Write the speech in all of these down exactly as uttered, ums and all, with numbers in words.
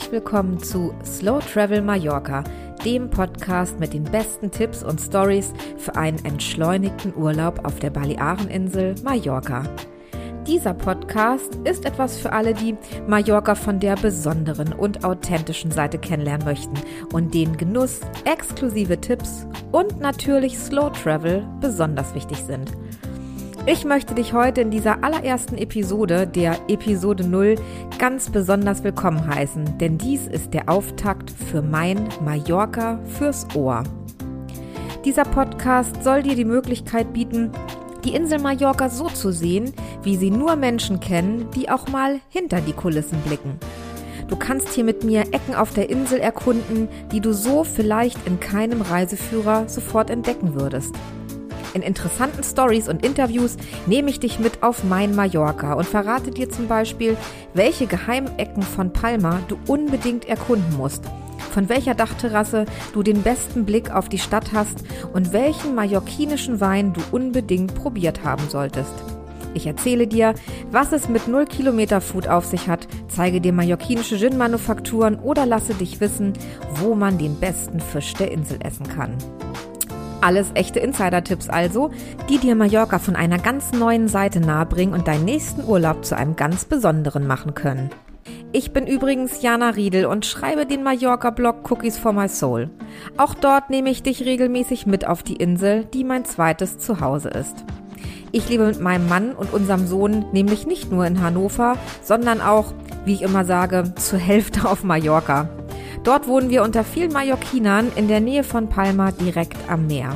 herzlich willkommen zu Slow Travel Mallorca, dem Podcast mit den besten Tipps und Stories für einen entschleunigten Urlaub auf der Baleareninsel Mallorca. Dieser Podcast ist etwas für alle, die Mallorca von der besonderen und authentischen Seite kennenlernen möchten und denen Genuss, exklusive Tipps und natürlich Slow Travel besonders wichtig sind. Ich möchte dich heute in dieser allerersten Episode, der Episode null, ganz besonders willkommen heißen, denn dies ist der Auftakt für mein Mallorca fürs Ohr. Dieser Podcast soll dir die Möglichkeit bieten, die Insel Mallorca so zu sehen, wie sie nur Menschen kennen, die auch mal hinter die Kulissen blicken. Du kannst hier mit mir Ecken auf der Insel erkunden, die du so vielleicht in keinem Reiseführer sofort entdecken würdest. In interessanten Stories und Interviews nehme ich dich mit auf mein Mallorca und verrate dir zum Beispiel, welche Geheimecken von Palma du unbedingt erkunden musst, von welcher Dachterrasse du den besten Blick auf die Stadt hast und welchen mallorquinischen Wein du unbedingt probiert haben solltest. Ich erzähle dir, was es mit null Kilometer Food auf sich hat, zeige dir mallorquinische Gin-Manufakturen oder lasse dich wissen, wo man den besten Fisch der Insel essen kann. Alles echte Insider-Tipps also, die dir Mallorca von einer ganz neuen Seite nahebringen und deinen nächsten Urlaub zu einem ganz besonderen machen können. Ich bin übrigens Jana Riedel und schreibe den Mallorca-Blog Cookies for My Soul. Auch dort nehme ich dich regelmäßig mit auf die Insel, die mein zweites Zuhause ist. Ich lebe mit meinem Mann und unserem Sohn nämlich nicht nur in Hannover, sondern auch, wie ich immer sage, zur Hälfte auf Mallorca. Dort wohnen wir unter vielen Mallorquinern in der Nähe von Palma direkt am Meer.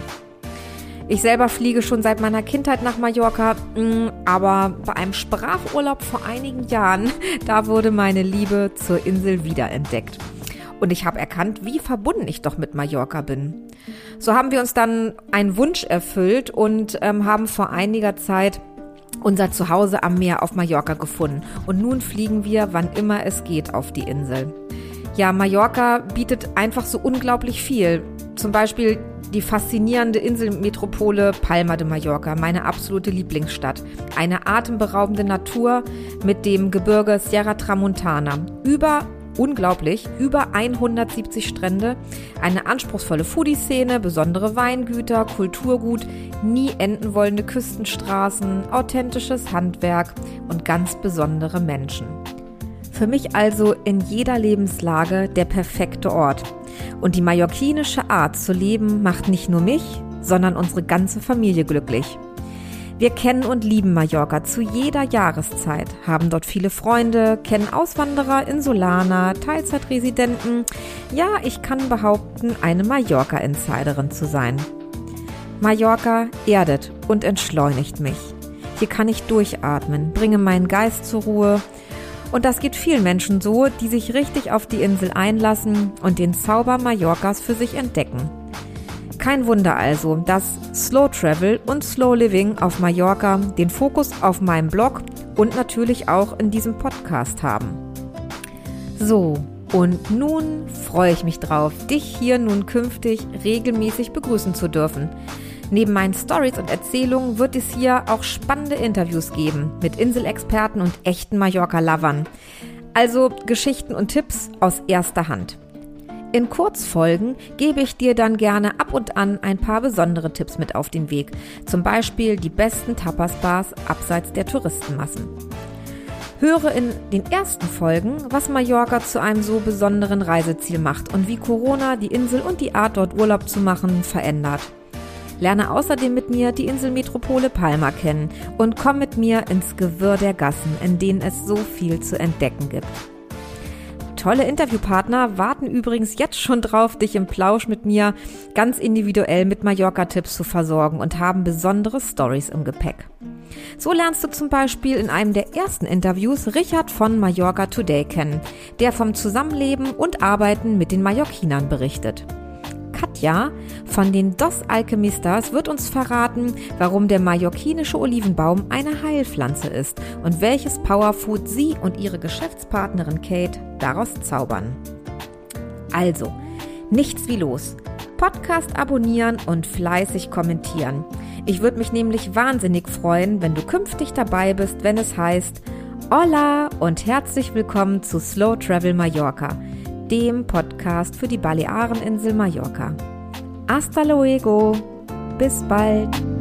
Ich selber fliege schon seit meiner Kindheit nach Mallorca, aber bei einem Sprachurlaub vor einigen Jahren, da wurde meine Liebe zur Insel wiederentdeckt. Und ich habe erkannt, wie verbunden ich doch mit Mallorca bin. So haben wir uns dann einen Wunsch erfüllt und ähm, haben vor einiger Zeit unser Zuhause am Meer auf Mallorca gefunden. Und nun fliegen wir, wann immer es geht, auf die Insel. Ja, Mallorca bietet einfach so unglaublich viel. Zum Beispiel die faszinierende Inselmetropole Palma de Mallorca, meine absolute Lieblingsstadt. Eine atemberaubende Natur mit dem Gebirge Sierra Tramontana. Über, unglaublich, über hundertsiebzig Strände, eine anspruchsvolle Foodie-Szene, besondere Weingüter, Kulturgut, nie enden wollende Küstenstraßen, authentisches Handwerk und ganz besondere Menschen. Für mich also in jeder Lebenslage der perfekte Ort. Und die mallorquinische Art zu leben macht nicht nur mich, sondern unsere ganze Familie glücklich. Wir kennen und lieben Mallorca zu jeder Jahreszeit, haben dort viele Freunde, kennen Auswanderer, Insulaner, Teilzeitresidenten. Ja, ich kann behaupten, eine Mallorca-Insiderin zu sein. Mallorca erdet und entschleunigt mich. Hier kann ich durchatmen, bringe meinen Geist zur Ruhe. Und das geht vielen Menschen so, die sich richtig auf die Insel einlassen und den Zauber Mallorcas für sich entdecken. Kein Wunder also, dass Slow Travel und Slow Living auf Mallorca den Fokus auf meinem Blog und natürlich auch in diesem Podcast haben. So, und nun freue ich mich drauf, dich hier nun künftig regelmäßig begrüßen zu dürfen. Neben meinen Stories und Erzählungen wird es hier auch spannende Interviews geben mit Inselexperten und echten Mallorca-Lovern. Also Geschichten und Tipps aus erster Hand. In Kurzfolgen gebe ich dir dann gerne ab und an ein paar besondere Tipps mit auf den Weg. Zum Beispiel die besten Tapas-Bars abseits der Touristenmassen. Höre in den ersten Folgen, was Mallorca zu einem so besonderen Reiseziel macht und wie Corona die Insel und die Art, dort Urlaub zu machen, verändert. Lerne außerdem mit mir die Inselmetropole Palma kennen und komm mit mir ins Gewirr der Gassen, in denen es so viel zu entdecken gibt. Tolle Interviewpartner warten übrigens jetzt schon drauf, dich im Plausch mit mir ganz individuell mit Mallorca-Tipps zu versorgen und haben besondere Stories im Gepäck. So lernst du zum Beispiel in einem der ersten Interviews Richard von Mallorca Today kennen, der vom Zusammenleben und Arbeiten mit den Mallorquinern berichtet. Katja von den Dos Alquimistas wird uns verraten, warum der mallorquinische Olivenbaum eine Heilpflanze ist und welches Powerfood sie und ihre Geschäftspartnerin Kate daraus zaubern. Also, nichts wie los. Podcast abonnieren und fleißig kommentieren. Ich würde mich nämlich wahnsinnig freuen, wenn du künftig dabei bist, wenn es heißt Hola und herzlich willkommen zu Slow Travel Mallorca, dem Podcast für die Baleareninsel Mallorca. Hasta luego, bis bald!